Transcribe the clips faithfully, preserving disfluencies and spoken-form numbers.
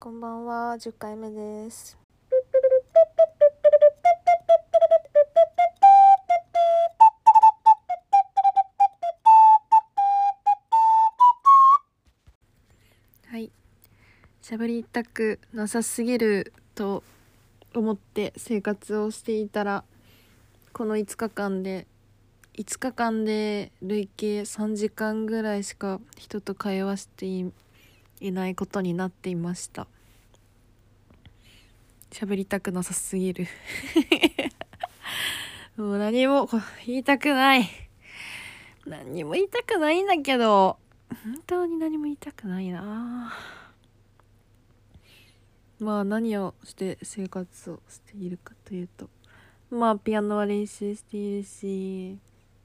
こんばんは、じゅっかいめです。はい、喋りたくなさすぎると思って生活をしていたら、このいつかかんでいつかかんで累計さんじかんぐらいしか人と会話していいないことになっていました。喋りたくなさすぎるもう何も言いたくない何も言いたくないんだけど、本当に何も言いたくないな。まあ何をして生活をしているかというと、まあピアノは練習しているし、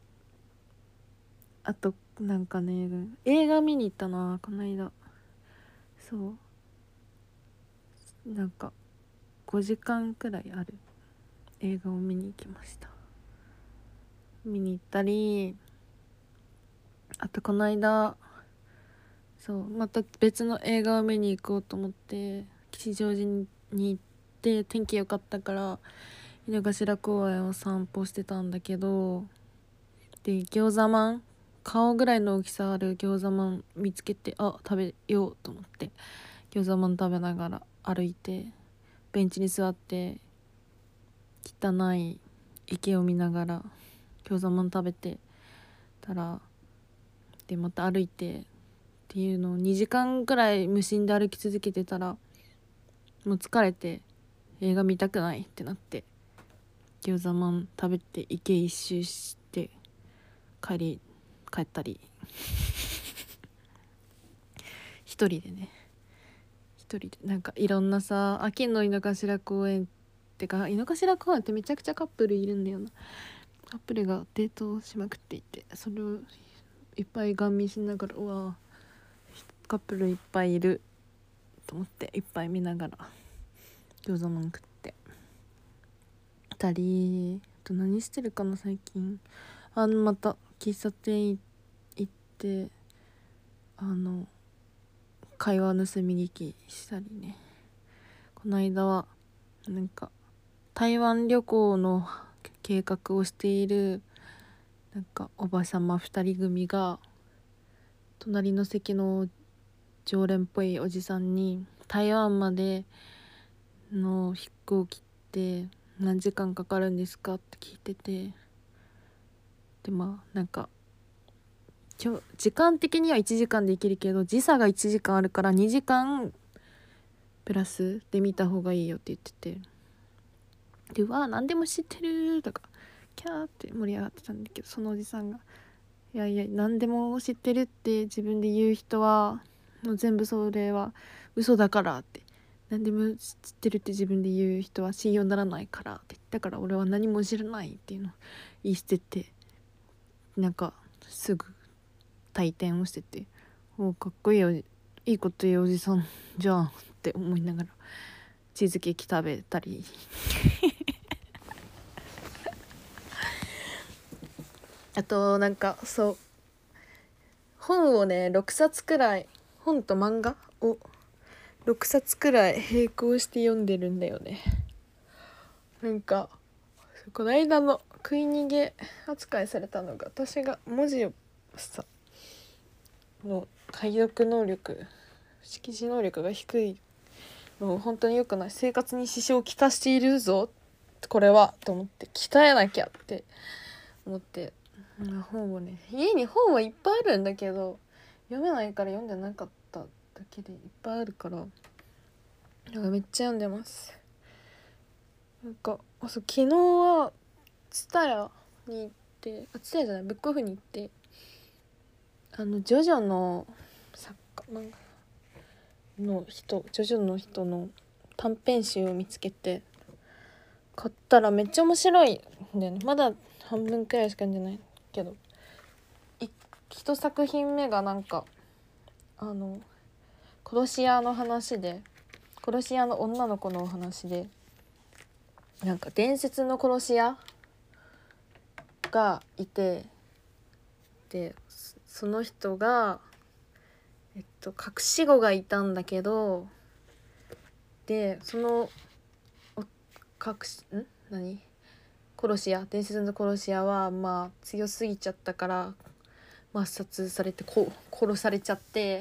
あとなんかね、映画見に行ったなこの間。そうなんかごじかんくらいある映画を見に行きました。見に行ったり、あとこの間そうまた別の映画を見に行こうと思って吉祥寺に行って、天気良かったから井の頭公園を散歩してたんだけど、で餃子マン顔ぐらいの大きさある餃子マン見つけて、あ食べようと思って餃子マン食べながら歩いて、ベンチに座って汚い池を見ながら餃子マン食べてたら、でまた歩いてっていうのをにじかんくらい無心で歩き続けてたら、もう疲れて映画見たくないってなって、餃子マン食べて池一周して帰り帰ったり一人でね一人でなんかいろんなさ、秋の井の頭公園ってか、井の頭公園ってめちゃくちゃカップルいるんだよな。カップルがデートをしまくっていて、それをいっぱいガン見しながら、うわカップルいっぱいいると思っていっぱい見ながら餃子マン食ってたり、あと何してるかな最近。あのまた喫茶店行ってあの会話盗み聞きしたりね。この間はなんか台湾旅行の計画をしているなんかおばさまふたり組が、隣の席の常連っぽいおじさんに台湾までの飛行機って何時間かかるんですかって聞いてて、でまあなんか今日時間的にはいちじかんで行けるけど時差がいちじかんあるからにじかんプラスで見た方がいいよって言ってて、でうわ何でも知ってるとかキャーって盛り上がってたんだけど、そのおじさんがいやいや何でも知ってるって自分で言う人はもう全部それは嘘だからって、何でも知ってるって自分で言う人は信用ならないからって言ったから、俺は何も知らないっていうのを言い捨てて、なんかすぐ退店をしてて、おかっこいいよいいこと言うおじさんじゃんって思いながらチーズケーキ食べたりあとなんかそう本をねろくさつくらい、本と漫画をろくさつくらい並行して読んでるんだよね。なんかこの間の食い逃げ扱いされたのが、私が文字をさの解読能力識字能力が低いの本当に良くない、生活に支障をきたしているぞこれはと思って鍛えなきゃって思って、本をね家に本はいっぱいあるんだけど読めないから読んでなかっただけでいっぱいあるから、なんかめっちゃ読んでます。なんかそう昨日はツタヤに行って、あツタヤじゃないブックオフに行って、あのジョジョの作家の人ジョジョの人の短編集を見つけて買ったらめっちゃ面白いんだよね。まだ半分くらいしか読んでないけど、一作品目がなんかあの殺し屋の話で、殺し屋の女の子のお話で、なんか伝説の殺し屋がいて、でその人がえっと隠し子がいたんだけど、 でその隠しん何殺し屋伝説の殺し屋はまあ強すぎちゃったから抹殺されてこ殺されちゃって、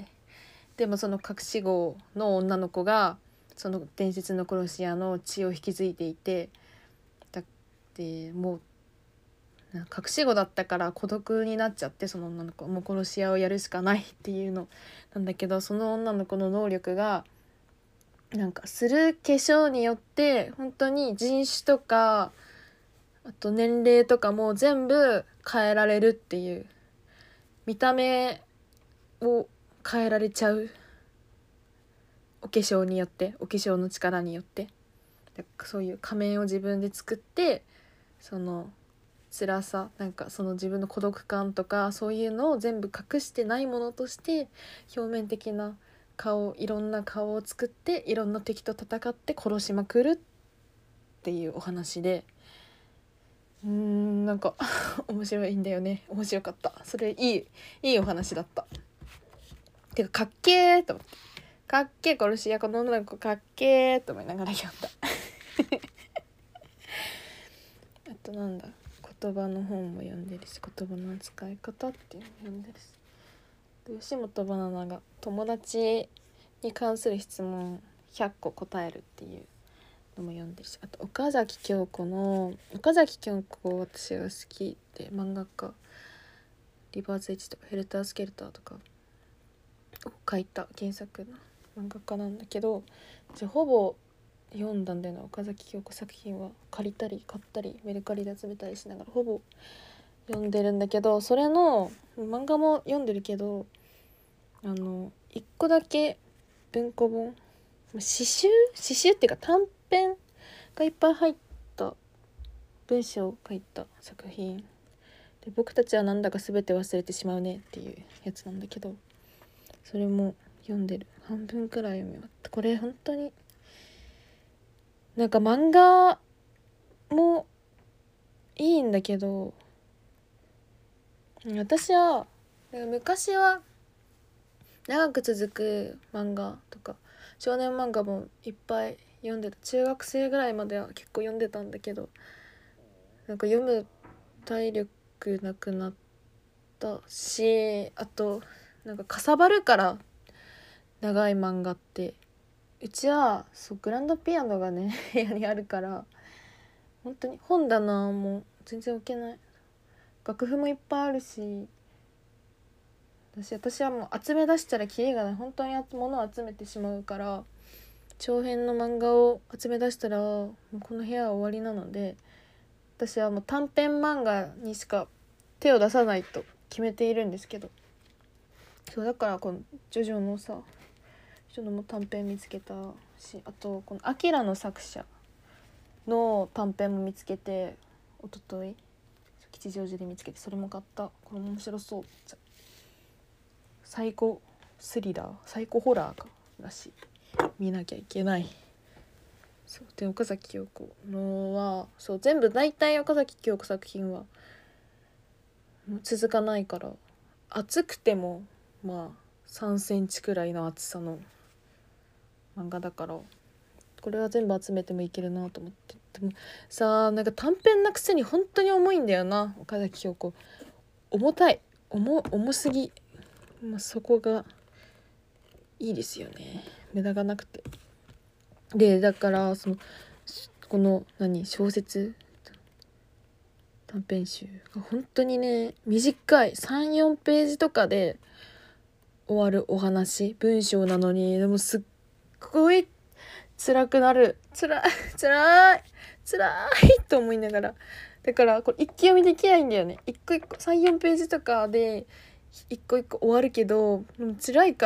でもその隠し子の女の子がその伝説の殺し屋の血を引き継いでいて、だってもう隠し子だったから孤独になっちゃって、その女の子もう殺し屋をやるしかないっていうのなんだけど、その女の子の能力がなんかする化粧によって本当に人種とかあと年齢とかも全部変えられるっていう、見た目を変えられちゃう、お化粧によって、お化粧の力によって、そういう仮面を自分で作って、その辛さなんかその自分の孤独感とかそういうのを全部隠してないものとして表面的な顔、いろんな顔を作っていろんな敵と戦って殺しまくるっていうお話で、うーんなんか面白いんだよね。面白かった。それいいいいお話だった。てかかっけーと思って、かっけー殺し屋この女の子かっけーと思いながら読んだあとなんだ、言葉の本も読んでるし、言葉の使い方っていうのも読んでるし、吉本ばななが友達に関する質問ひゃっこ答えるっていうのも読んでるし、あと岡崎京子の岡崎京子私が好きで、漫画家リバーズエッジとかヘルタースケルターとかを書いた原作の漫画家なんだけど、じゃほぼ読んだんだよな。岡崎京子作品は借りたり買ったりメルカリで集めたりしながらほぼ読んでるんだけど、それの漫画も読んでるけど、あの一個だけ文庫本、詩集詩集っていうか短編がいっぱい入った文章を書いた作品で、僕たちはなんだか全て忘れてしまうねっていうやつなんだけど、それも読んでる。半分くらい読み終わった。これ本当になんか漫画もいいんだけど、私は昔は長く続く漫画とか少年漫画もいっぱい読んでた。中学生ぐらいまでは結構読んでたんだけど、なんか読む体力なくなったし、あとなんかかさばるから長い漫画って、うちはそうグランドピアノがね部屋にあるから本当に本棚も全然置けない、楽譜もいっぱいあるし、私私はもう集め出したらキリがない、本当に物を集めてしまうから、長編の漫画を集め出したらもうこの部屋は終わりなので、私はもう短編漫画にしか手を出さないと決めているんですけど、そうだからこのジョジョのさジョジョも短編見つけたし、あとこのアキラの作者の短編も見つけて、一昨日吉祥寺で見つけてそれも買った。これも面白そう。サイコスリラーサイコホラーからしい、見なきゃいけない。そうで岡崎京子のはそう全部大体岡崎京子作品は続かないから、厚くてもまあさんセンチくらいの厚さの漫画だから、これは全部集めてもいけるなと思って。でもさあなんか短編なくせに本当に重いんだよな岡崎京子。重たい、重重すぎ、まあ、そこがいいですよね、無駄がなくて。でだからそのこの何小説短編集が本当にね短い さん,よん ページとかで終わるお話文章なのに、でもすっごい辛くなる、辛い辛い辛いと思いながら、だからこれ一気読みできないんだよね。一個一個 さん,よん ページとかで一個一個終わるけど辛いから、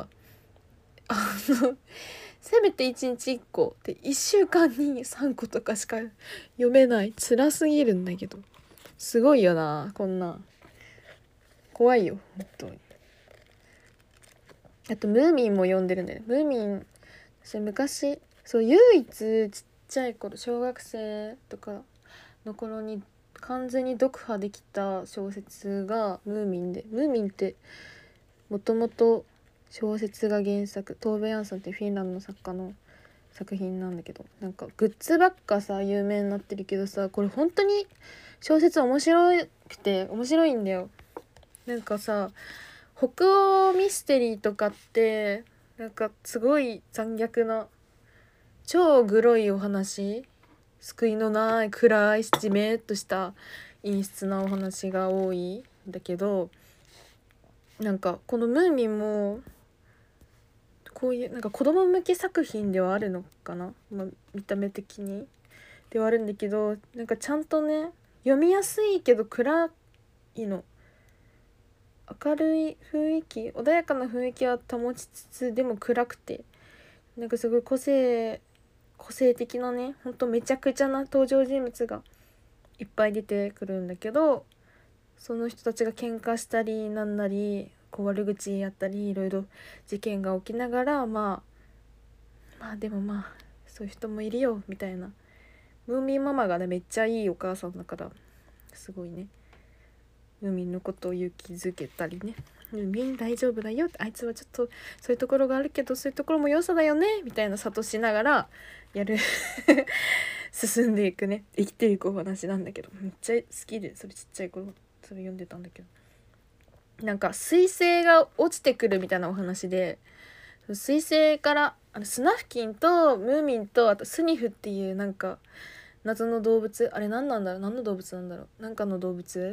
あのせめていちにちいっこでいっしゅうかんにさんことかしか読めない、辛すぎるんだけど、すごいよなこんな、怖いよ本当に。あとムーミンも読んでるんだよね。ムーミン私昔そう唯一ちっちゃい頃小学生とかの頃に完全に読破できた小説がムーミンで、ムーミンってもともと小説が原作、トーベ・ヤンソンってフィンランドの作家の作品なんだけど、なんかグッズばっかさ有名になってるけどさ、これ本当に小説面白くて面白いんだよ。なんかさ、北欧ミステリーとかってなんかすごい残虐な超グロいお話、救いのない暗いじめっとした陰湿なお話が多いんだけど、なんかこのムーミンもこういうなんか子供向け作品ではあるのかな、まあ、見た目的にではあるんだけど、なんかちゃんとね読みやすいけど暗いの、明るい雰囲気、穏やかな雰囲気は保ちつつでも暗くて、なんかすごい個性個性的なね、ほんとめちゃくちゃな登場人物がいっぱい出てくるんだけど、その人たちが喧嘩したりなんなりこう悪口やったりいろいろ事件が起きながら、まあまあでもまあそういう人もいるよみたいな。ムーミンママがねめっちゃいいお母さんだからすごいね、ムーミンのことを勇気づけたりね、ムーミン大丈夫だよって、あいつはちょっとそういうところがあるけどそういうところも良さだよねみたいな諭しながらやる進んでいくね、生きていくお話なんだけど、めっちゃ好きで、それちっちゃい頃それ読んでたんだけど、なんか彗星が落ちてくるみたいなお話で、彗星からあのスナフキンとムーミンとあとスニフっていうなんか謎の動物、あれ何なんだろう、何の動物なんだろう、なんかの動物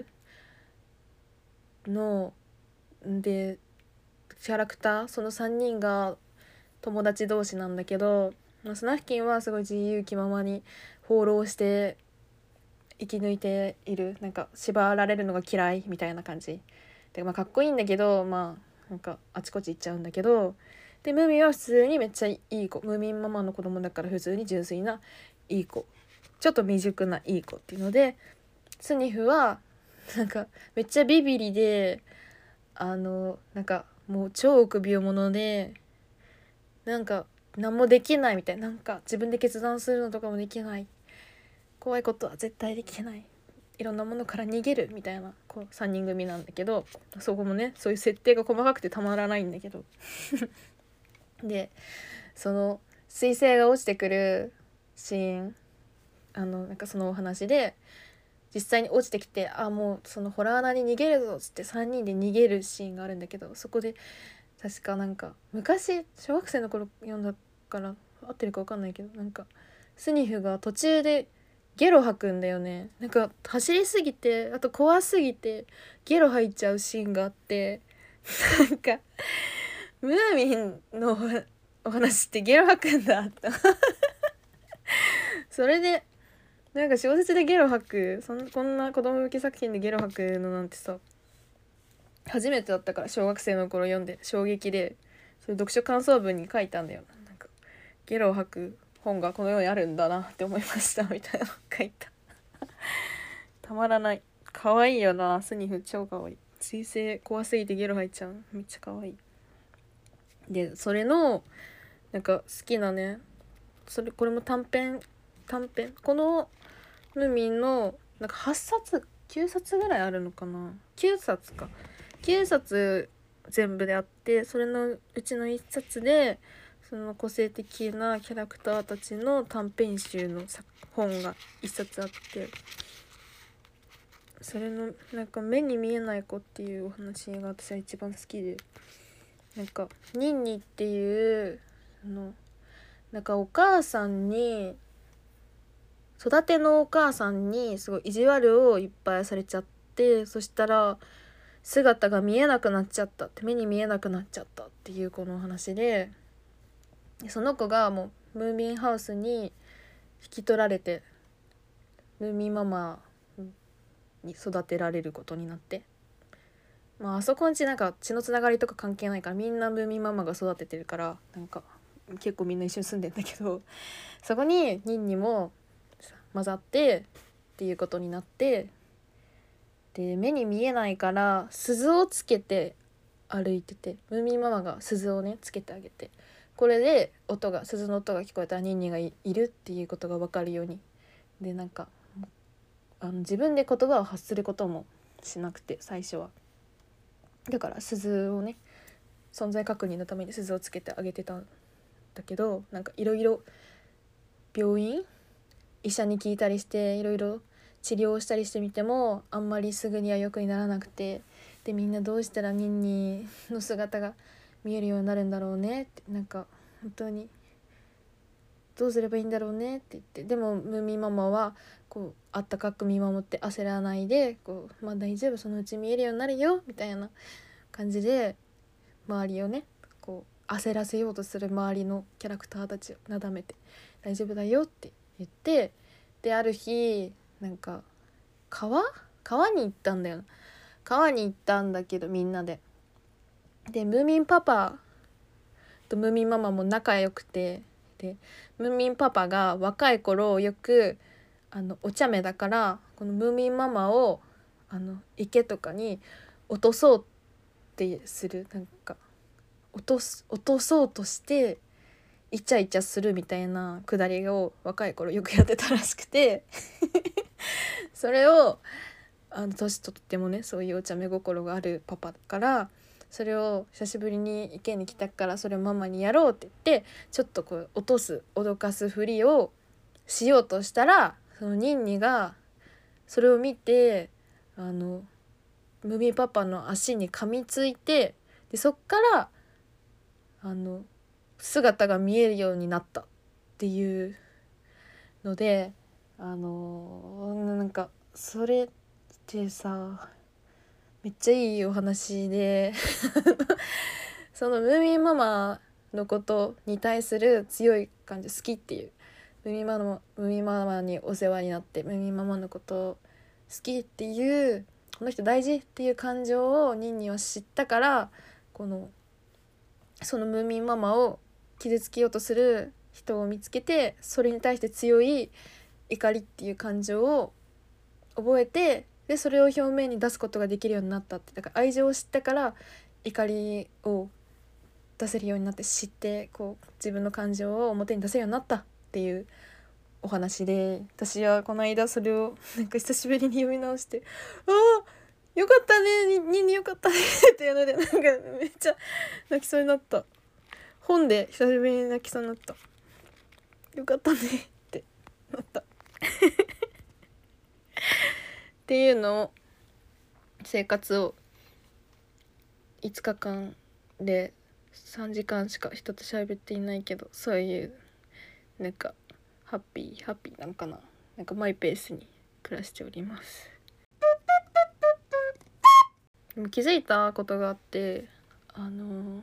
のでキャラクター、そのさんにんが友達同士なんだけど、スナフキンはすごい自由気ままに放浪して生き抜いている、なんか縛られるのが嫌いみたいな感じで、まあかっこいいんだけど、まあなんかあちこち行っちゃうんだけど、でムーミンは普通にめっちゃいい子、ムーミンママの子供だから普通に純粋ないい子、ちょっと未熟ないい子っていうので、スニフはなんかめっちゃビビリで、あのなんかもう超臆病者で、なんか何もできないみたいな、なんか自分で決断するのとかもできない、怖いことは絶対できない、いろんなものから逃げるみたいなこうさんにん組なんだけど、そこもねそういう設定が細かくてたまらないんだけどでその彗星が落ちてくるシーン、あのなんかそのお話で実際に落ちてきて、あもうそのホラー穴に逃げるぞっつってさんにんで逃げるシーンがあるんだけど、そこで確かなんか昔小学生の頃読んだから合ってるか分かんないけど、なんかスニフが途中でゲロ吐くんだよね。なんか走りすぎて、あと怖すぎてゲロ吐いちゃうシーンがあって、なんかムーミンのお話ってゲロ吐くんだってそれでなんか小説でゲロ吐く、そんこんな子供向け作品でゲロ吐くのなんてさ初めてだったから、小学生の頃読んで衝撃で、それ読書感想文に書いたんだよ。なんかゲロを吐く本がこの世にあるんだなって思いましたみたいなの書いたたまらない、可愛いよな、スニフ超可愛い、彗星怖すぎてゲロ吐いちゃう、めっちゃ可愛い。でそれのなんか好きなね、それこれも短編短編このムーミンのなんかはっさつきゅうさつぐらいあるのかな、きゅうさつかきゅうさつ全部であって、それのうちのいっさつでその個性的なキャラクターたちの短編集の本がいっさつあって、それのなんか目に見えない子っていうお話が私は一番好きで、なんかニンニっていうあのなんかお母さんに育てのお母さんにすごい意地悪をいっぱいされちゃって、そしたら姿が見えなくなっちゃったって、目に見えなくなっちゃったっていうこの話で、その子がもうムーミンハウスに引き取られてムーミンママに育てられることになって、まああそこんちなんか血のつながりとか関係ないからみんなムーミンママが育ててるから、なんか結構みんな一緒に住んでんだけど、そこにニンニも混ざってっていうことになって、で目に見えないから鈴をつけて歩いてて、ムーミンママが鈴をねつけてあげて、これで音が鈴の音が聞こえたらニンニが い, いるっていうことが分かるように、でなんかあの自分で言葉を発することもしなくて最初は、だから鈴をね存在確認のために鈴をつけてあげてたんだけど、なんかいろいろ病院医者に聞いたりしていろいろ治療をしたりしてみてもあんまりすぐには良くにならなくて、でみんなどうしたらニンニの姿が見えるようになるんだろうねって、なんか本当にどうすればいいんだろうねって言って、でもムーミンママはこうあったかく見守って焦らないでこう、まあ大丈夫、そのうち見えるようになるよみたいな感じで周りをねこう焦らせようとする周りのキャラクターたちをなだめて大丈夫だよって言って、である日なんか川川に行ったんだよ。川に行ったんだけどみんなででムーミンパパとムーミンママも仲良くて、でムーミンパパが若い頃よくあのお茶目だからこのムーミンママをあの池とかに落とそうってする、なんか落とす落とそうとしてイチャイチャするみたいなくだりを若い頃よくやってたらしくてそれをあの年とってもねそういうお茶目心があるパパだから、それを久しぶりに池に来たからそれをママにやろうって言ってちょっとこう落とす脅かすふりをしようとしたら、そのニンニがそれを見てあのムーミンパパの足に噛みついて、でそっからあの姿が見えるようになったっていうので、あのなんかそれってさめっちゃいいお話でそのムーミンママのことに対する強い感じ好きっていう、ムーミンママ、ムーミンママにお世話になってムーミンママのこと好きっていうこの人大事っていう感情をニンニは知ったから、このそのムーミンママを傷つけようとする人を見つけてそれに対して強い怒りっていう感情を覚えて、でそれを表面に出すことができるようになったって、だから愛情を知ったから怒りを出せるようになって、知ってこう自分の感情を表に出せるようになったっていうお話で、私はこの間それをなんか久しぶりに読み直してあーよかったねニンニよかったねっていうのでなんかめっちゃ泣きそうになった。本で久しぶりに泣きそうになった。よかったねってなったっていうのを生活をいつかかんでさんじかんしか人と喋っていないけど、そういうなんかハッピーハッピーなのかな、なんかマイペースに暮らしております。でも気づいたことがあって、あの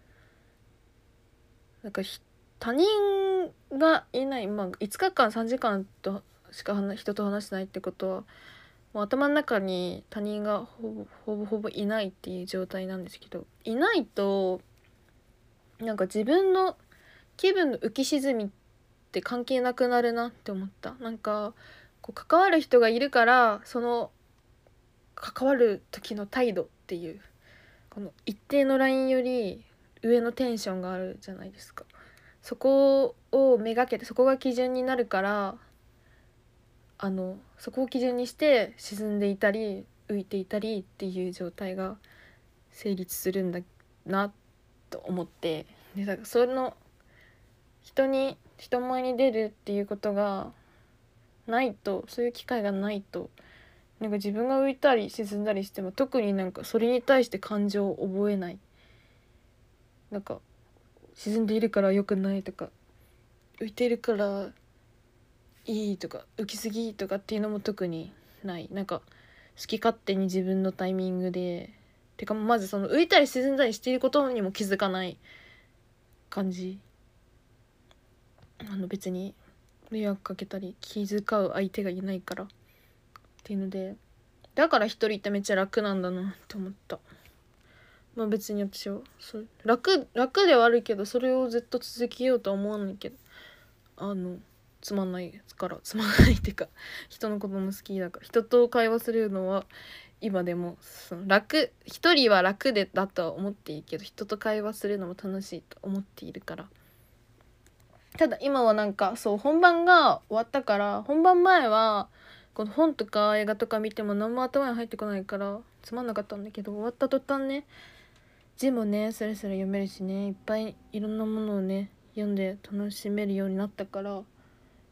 なんか他人がいない、まあ、いつかかんさんじかんとしか人と話してないってことはもう頭の中に他人がほぼほぼほぼいないっていう状態なんですけど、いないとなんか自分の気分の浮き沈みって関係なくなるなって思った。なんかこう関わる人がいるからその関わる時の態度っていうこの一定のラインより上のテンションがあるじゃないですか。そこをめがけてそこが基準になるから、あのそこを基準にして沈んでいたり浮いていたりっていう状態が成立するんだなと思って、でだからその人に人前に出るっていうことがないと、そういう機会がないとなんか自分が浮いたり沈んだりしても特になんかそれに対して感情を覚えない、なんか沈んでいるから良くないとか浮いているからいいとか浮きすぎとかっていうのも特にない。なんか好き勝手に自分のタイミングで、てかまずその浮いたり沈んだりしていることにも気づかない感じ。あの別に迷惑かけたり気遣う相手がいないからっていうので、だから一人ってめっちゃ楽なんだなって思った。まあ別に私はそれ楽楽ではあるけどそれをずっと続けようとは思わないけど、あのつまんないからつまんないっていうか人のことも好きだから人と会話するのは今でもその楽一人は楽でだとは思っていいけど人と会話するのも楽しいと思っているから。ただ今はなんかそう本番が終わったから、本番前はこの本とか映画とか見ても何も頭に入ってこないからつまんなかったんだけど、終わった途端ね字もねそれそれ読めるしね、いっぱいいろんなものをね読んで楽しめるようになったから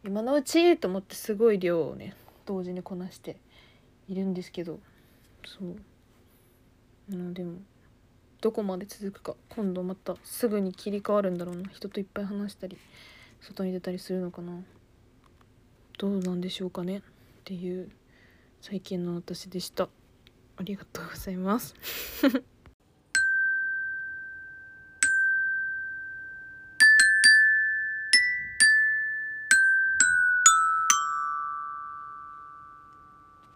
今のうちと思ってすごい量をね同時にこなしているんですけど、そううんでもどこまで続くか、今度またすぐに切り替わるんだろうな。人といっぱい話したり外に出たりするのかな、どうなんでしょうかねっていう最近の私でした。ありがとうございます